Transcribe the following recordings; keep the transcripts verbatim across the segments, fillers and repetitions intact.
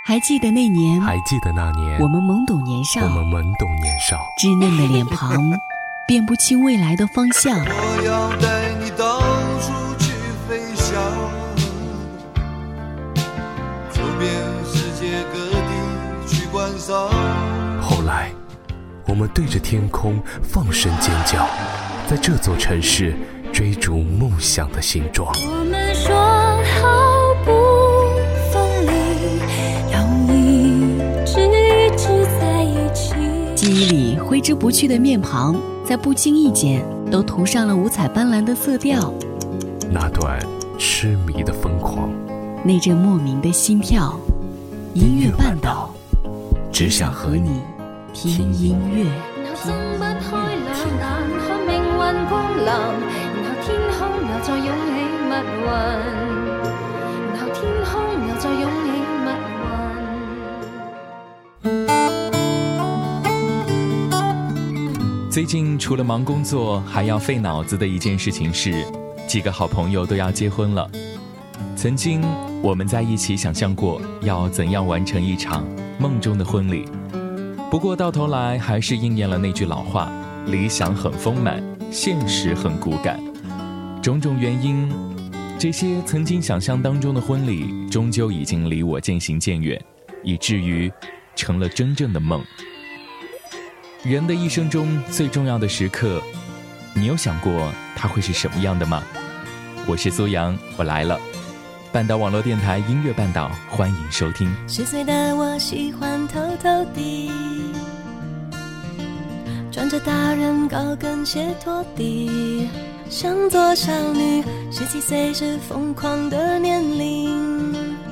还记得那年， 还记得那年， 我们懵懂年少， 我们懵懂年少， 稚嫩的脸庞，辨不清未来的方向。 我要带你到处去飞翔，走遍世界各地去观赏。 后来，我们对着天空放声尖叫，在这座城市追逐梦想的形状。 我们说好不分离，要一直一直在一起。 记忆里挥之不去的面庞，在不经意间都涂上了五彩斑斓的色调。 那段痴迷的疯狂， 那阵莫名的心跳。音乐半岛，只想和你听音乐。 然後睜不開兩眼，看命運光臨，然後天空又再湧起密雲，然後天空又再湧起密雲。最近除了忙工作，还要费脑子的一件事情是，几个好朋友都要结婚了。曾经我们在一起想象过要怎样完成一场梦中的婚礼，不过到头来还是应验了那句老话，理想很丰满，现实很骨感。种种原因，这些曾经想象当中的婚礼终究已经离我渐行渐远，以至于成了真正的梦。人的一生中最重要的时刻，你有想过它会是什么样的吗？我是苏阳，我来了。半岛网络电台音乐半岛，欢迎收听。 十岁的我喜欢偷偷地穿着大人高跟鞋拖地，想做少女。十七岁是疯狂的年龄，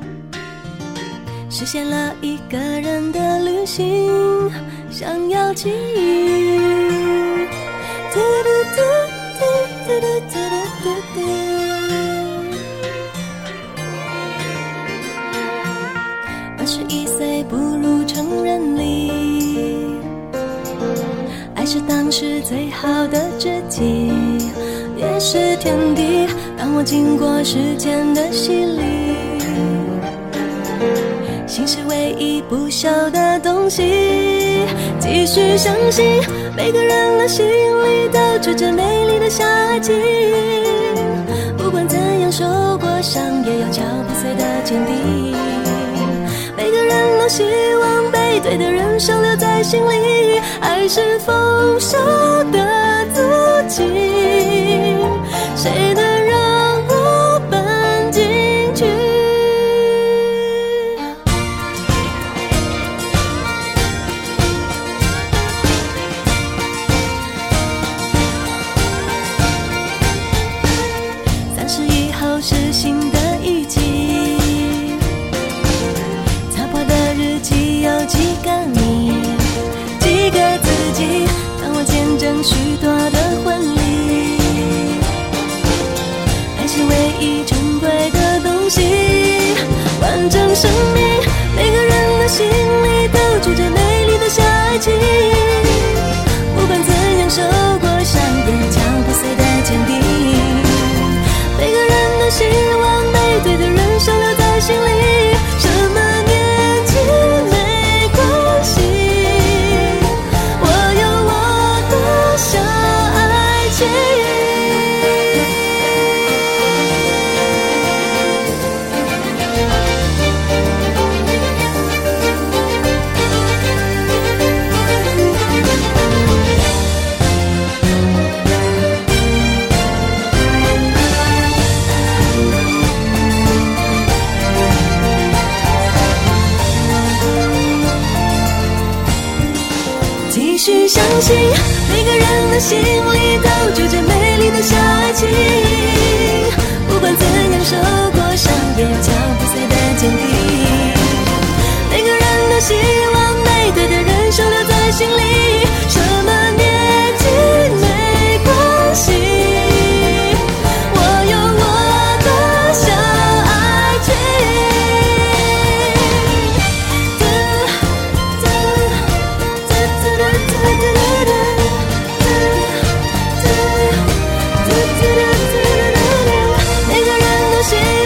实现了一个人的旅行，想要际遇。嘟嘟嘟嘟嘟嘟嘟嘟嘟。二十一岁步入成人礼，爱是当时最好的知己，也是天敌。当我经过时间的洗礼，心是唯一不朽的东西。继续相信，每个人的心里都住着美丽的夏季。不管怎样受过伤，也要敲不碎的坚定。每个人都希望被对的人收留在心里，爱是丰收的足迹，谁能让我奔进去？三十以后是新的一季，日记有几个你，几个自己，当我见证许多的婚礼。爱是唯一珍贵的东西，完整生命，每个人的心里都住着美丽的夏季。不管怎样受过伤，也敲不碎的坚定。每个人都希望被对的人收留在心里，什么年纪没关系，我有我的小爱情。继续相信，每个人的心里都住着美丽的夏季。不管怎样受过伤，也敲不碎的坚定。每个人都希望被对的人收留在心里，什么年纪没关系，我有我的小爱情。每个人都希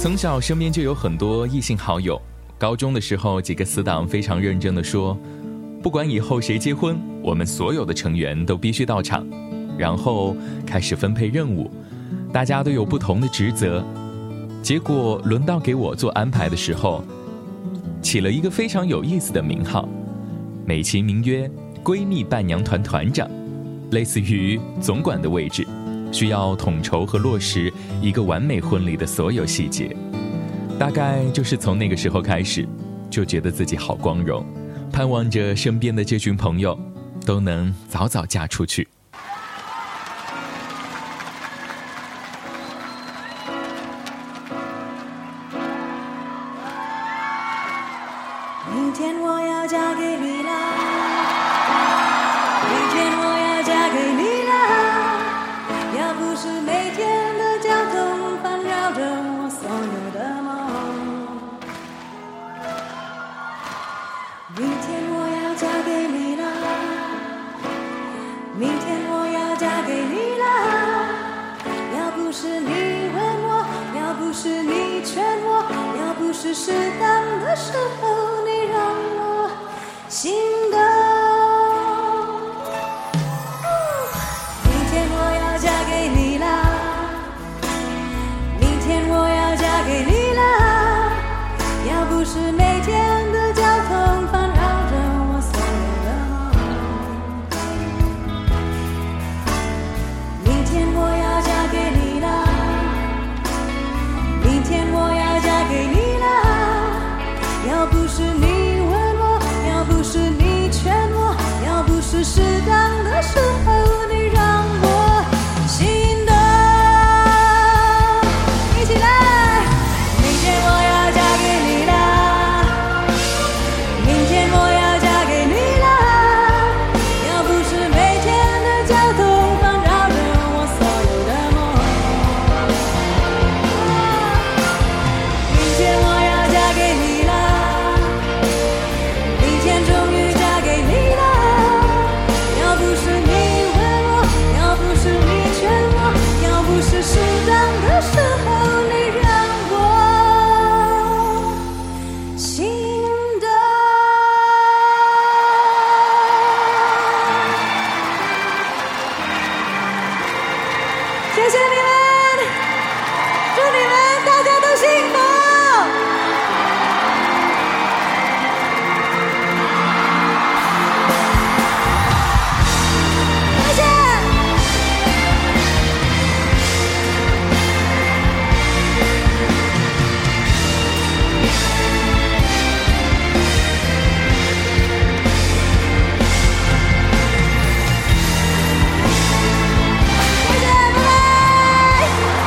从小身边就有很多异性好友，高中的时候几个死党非常认真地说，不管以后谁结婚，我们所有的成员都必须到场，然后开始分配任务，大家都有不同的职责。结果轮到给我做安排的时候，起了一个非常有意思的名号，美其名曰闺蜜伴娘团团长，类似于总管的位置，需要统筹和落实一个完美婚礼的所有细节。大概就是从那个时候开始，就觉得自己好光荣，盼望着身边的这群朋友都能早早嫁出去。 明天我要嫁给你啦，明天我要嫁给你啦，要不是每天的交通烦扰着我所有的梦。明天我要嫁给你啦，明天我要嫁给你啦，要不是你问我，要不是你劝我，要不是适当的时候你让我心动。明天我要嫁给你啦，明天我要嫁给你啦，要不是每天的交通烦扰着我所有的梦。明天我要嫁给你啦，明天我要嫁给你啦，要不是你问我，要不是你劝我，要不是适当的时候你让我心动。一起来，明天我要嫁给你啦，明天我要嫁给你啦，要不是每天的交通烦扰着我所有的梦。明天我要嫁给你啦，明天终于嫁给你啦，要不是你问我，要不是你劝我，要不是适当的时候你让我心动。谢谢你们，祝你们大家都幸福。谢谢。谢谢，拜拜。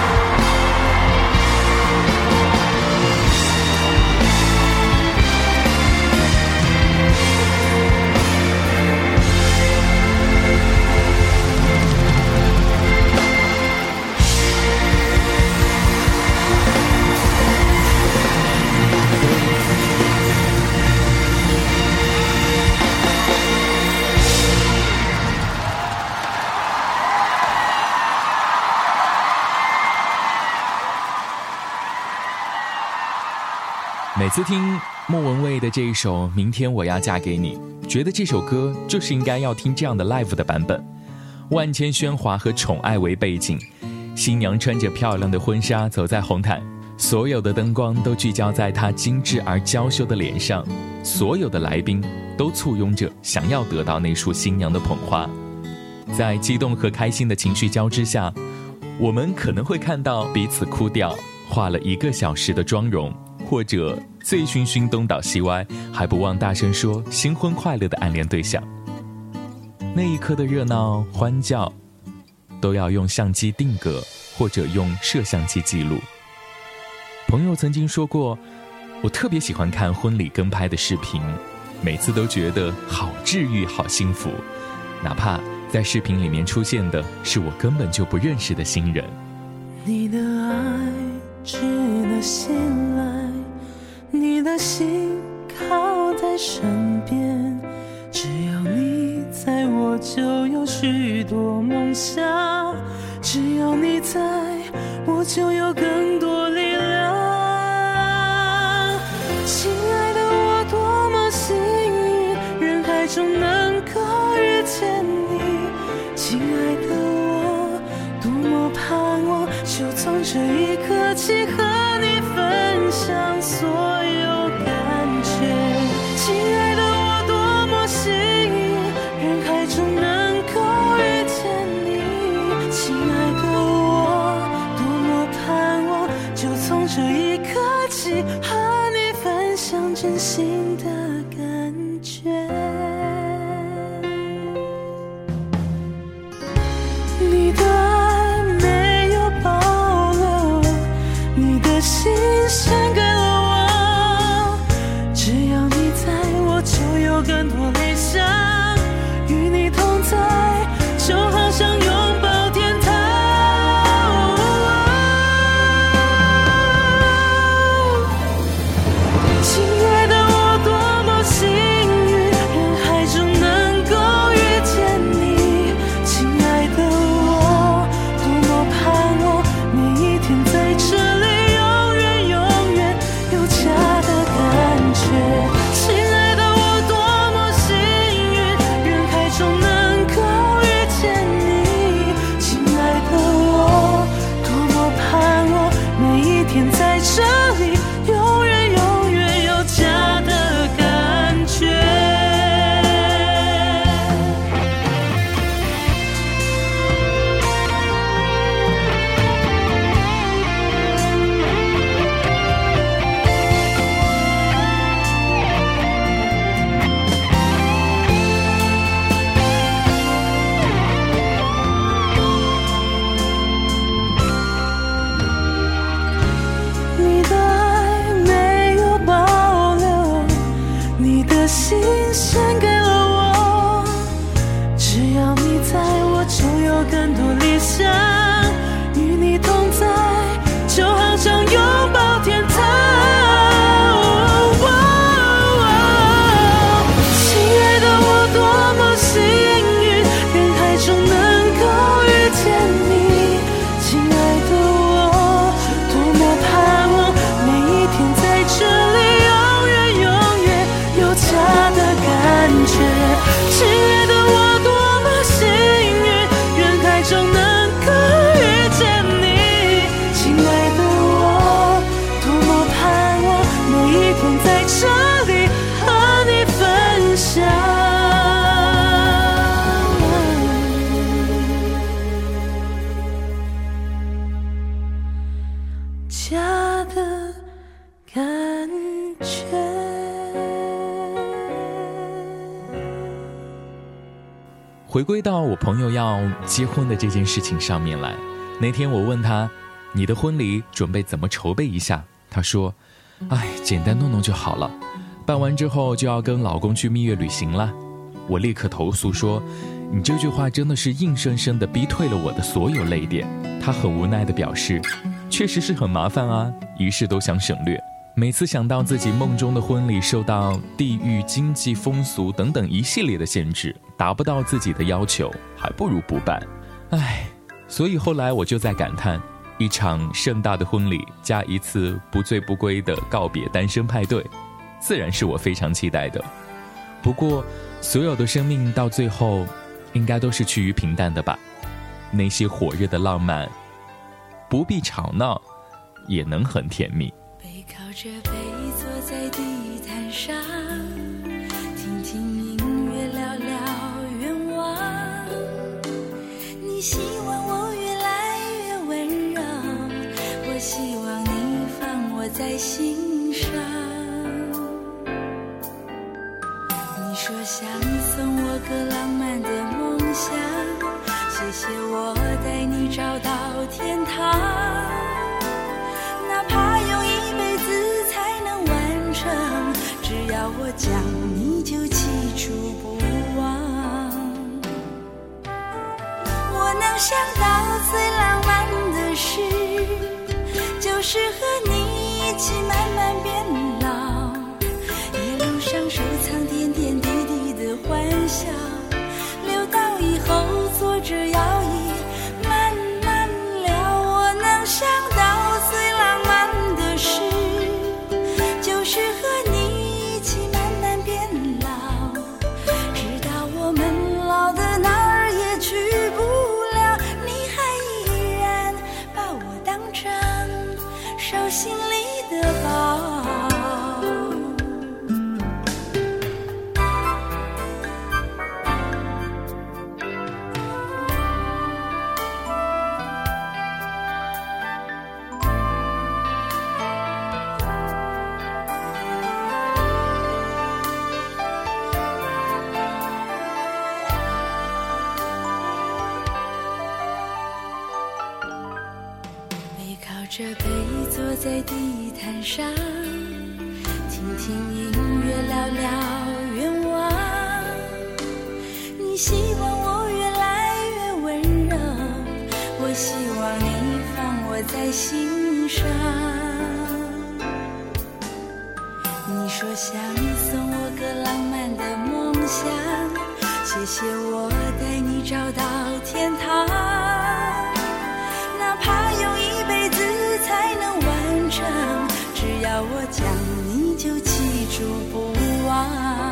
每次听莫文蔚的这一首《明天我要嫁给你》，觉得这首歌就是应该要听这样的 live 的版本，万千喧哗和宠爱为背景，新娘穿着漂亮的婚纱走在红毯，所有的灯光都聚焦在她精致而娇羞的脸上，所有的来宾都簇拥着想要得到那束新娘的捧花。在激动和开心的情绪交织下，我们可能会看到彼此哭掉，化了一个小时的妆容，或者醉醺醺东倒西歪，还不忘大声说新婚快乐的暗恋对象。那一刻的热闹欢叫，都要用相机定格，或者用摄像机记录。朋友曾经说过，我特别喜欢看婚礼跟拍的视频，每次都觉得好治愈好幸福，哪怕在视频里面出现的是我根本就不认识的新人。 你的爱值得信赖，你的心靠在身边，只要你在我就有许多梦想，只要你在我就有更多力量。 享所有感觉。亲爱的我多么幸运，人海中能够遇见你。亲爱的我多么盼望，就从这一刻起和你分享真心的感觉。你的爱没有保留，你的心献给了我，只要你在我就有更多理想，与你同在就好像拥抱天堂。亲爱的我多么幸运，人海中能够遇见你。亲爱的我多么盼望，每一天在这里永远永远有家的感觉。亲爱的我多么幸运，人海中能够遇见你。亲爱的我多么盼望，每一天在这里永远永远有家的感觉。你的爱没有保留，你的心献给了我，只要你在我就有更多理想，与你同在就好像拥抱天堂。亲爱的我多么幸运，人海中能够遇见你。亲爱的我多么盼望，每一天在这里永远永远有家的感觉。亲爱的我多么幸运，人海中能够遇见你。亲爱的我多么盼望，每一天在这里和你分享家的感觉。 回归到我朋友要结婚的这件事情上面来，那天我问他，你的婚礼准备怎么筹备一下？他说，哎，简单弄弄就好了，办完之后就要跟老公去蜜月旅行了。我立刻投诉说，你这句话真的是硬生生地逼退了我的所有泪点。他很无奈地表示，确实是很麻烦啊，仪式都想省略。每次想到自己梦中的婚礼受到地域、经济、风俗等等一系列的限制，达不到自己的要求，还不如不办。唉，所以后来我就在感叹，一场盛大的婚礼加一次不醉不归的告别单身派对，自然是我非常期待的。不过所有的生命到最后应该都是趋于平淡的吧，那些火热的浪漫不必吵闹也能很甜蜜。 背靠着背坐在地毯上，听听音乐，聊聊愿望。你希望我越来越温柔，我希望你放我在心上。你说想送我个浪漫的梦想，谢谢我带你找到天堂，哪怕用一辈子才能完成，只要我讲你就记住不忘。我能想到最浪漫的事，就是和你一起慢慢变老，一路上收藏点点滴滴的欢笑，留到以后坐着摇椅慢慢聊。我能想到最浪漫的事，就是和你一起慢慢变老，直到我们老的哪儿也去不了，你还依然把我当成手心里的的宝。这杯坐在地毯上，听听音乐，聊聊愿望。你希望我越来越温柔，我希望你放我在心上。你说想送我个浪漫的梦想，谢谢我带你找到天堂，哪怕用一辈子才能完成，只要我讲你就记住不忘。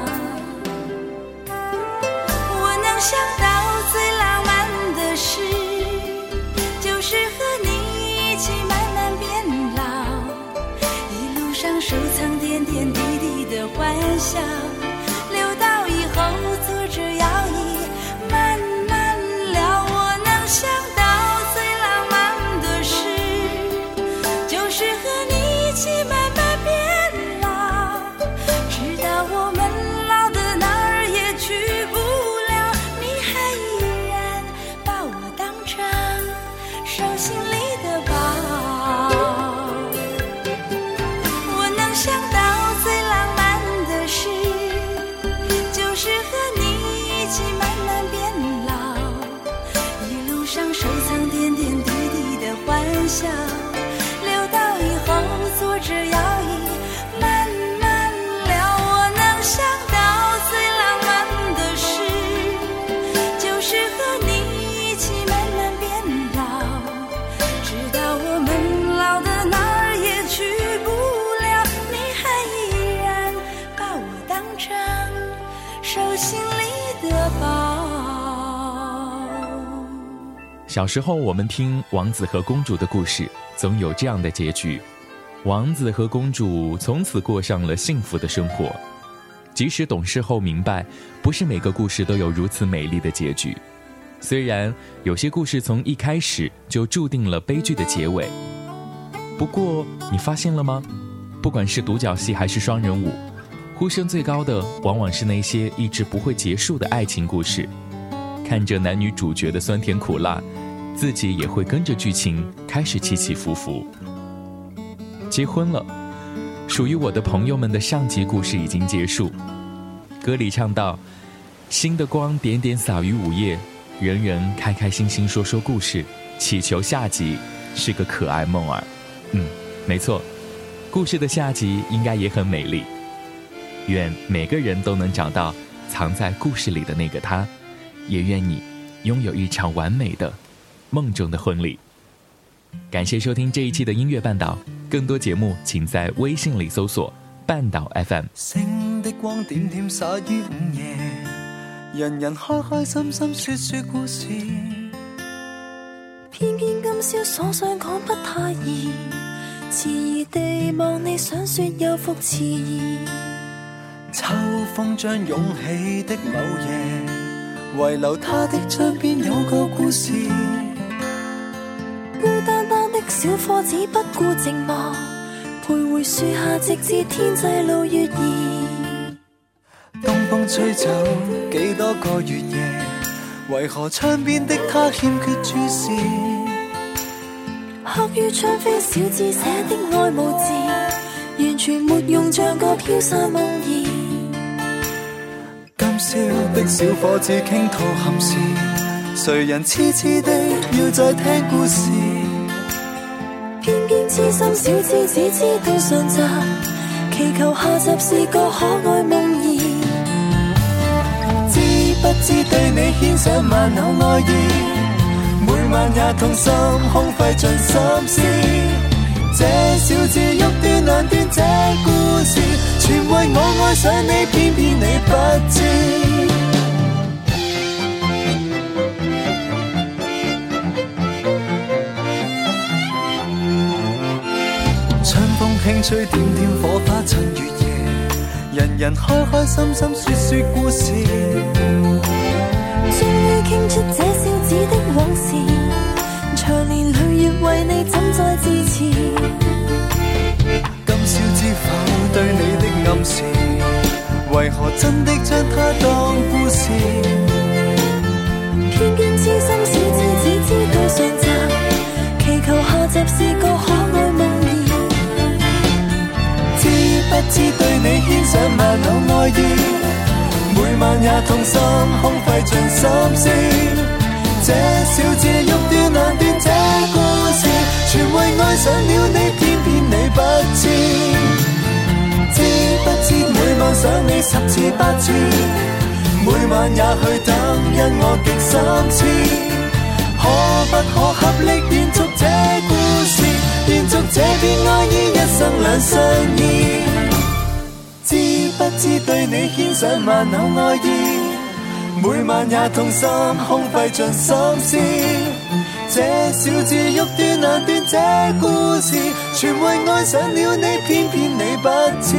我能想到最浪漫的事，就是和你一起慢慢变老，一路上收藏点点滴滴的欢笑，留到以后坐着摇椅慢慢聊。我能想到最浪漫的事，就是和你一起慢慢变老，直到我们老的哪儿也去不了，你还依然把我当成手心里的宝。我能想到最浪漫的事，就是和你一起慢慢变老，一路上收藏点点滴滴的欢笑，留到以后坐着摇椅慢慢聊。我能想到最浪漫的事，就是和你一起慢慢变老，直到我们老的哪儿也去不了，你还依然把我当成手心里的宝。 小时候我们听王子和公主的故事，总有这样的结局，王子和公主从此过上了幸福的生活。即使懂事后明白，不是每个故事都有如此美丽的结局，虽然有些故事从一开始就注定了悲剧的结尾。不过你发现了吗？不管是独角戏还是双人舞，呼声最高的往往是那些一直不会结束的爱情故事。看着男女主角的酸甜苦辣，自己也会跟着剧情开始起起伏伏。结婚了，属于我的朋友们的上集故事已经结束。歌里唱到，新的光点点洒于午夜，人人开开心心说说故事，祈求下集是个可爱梦儿。嗯，没错，故事的下集应该也很美丽。愿每个人都能找到藏在故事里的那个他，也愿你拥有一场完美的梦中的婚礼。感谢收听这一期的音乐半岛，更多节目请在微信里搜索半岛 F M。 星的光點點灑於午夜，人人開開心心說說故事， 偏偏今宵所想講不太易，遲疑地望你想說又復遲疑。 秋風將湧起的某夜，遺留他的窗邊有個故事， 孤單單的小伙子不顧寂寞，徘徊樹下直至天際露月兒。 東風吹走幾多個月夜，為何窗邊的他欠缺注視， 刻於窗扉小字寫的愛無字，完全沒用，像個飄散夢兒。 今宵的小伙子傾吐憾事，誰人痴痴的要再聽故事， 偏偏痴心小子只知道上集，祈求下集是個可愛夢兒。 知不知對你牽上萬縷愛意，每晚也痛心空費盡心思，這小子欲斷難斷這故事，全為我愛上你，偏偏你不知。春風輕吹點點火花襯月夜，人人開開心心說說故事。 終於傾出這小子的往事，長年累月為你怎再支持？ 今宵知否對你的暗示，為何真的將它當故事？ 偏偏痴心小子只知道上集，祈求下集是個可愛夢兒。 知不知對你牽上萬縷愛意，每晚也痛心空費盡心思。這小子欲斷難斷這故事，全為愛上了你，偏偏你不知。知不知每晚想你十次八次，每晚也去等，因我極心痴。可不可合力延續這故事，延續這片愛意，一生兩相依。知不知對你牽上萬縷愛意，每晚也痛心空費盡心思。這小子欲斷難斷這故事，全為愛上了你，偏偏你不知。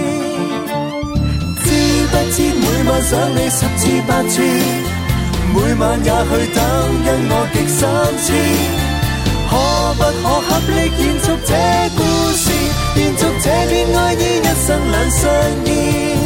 知不知每晚想你十次八次，每晚也去等，因我極心痴。可不可合力延續這故事，延續這片愛意，一生兩相依。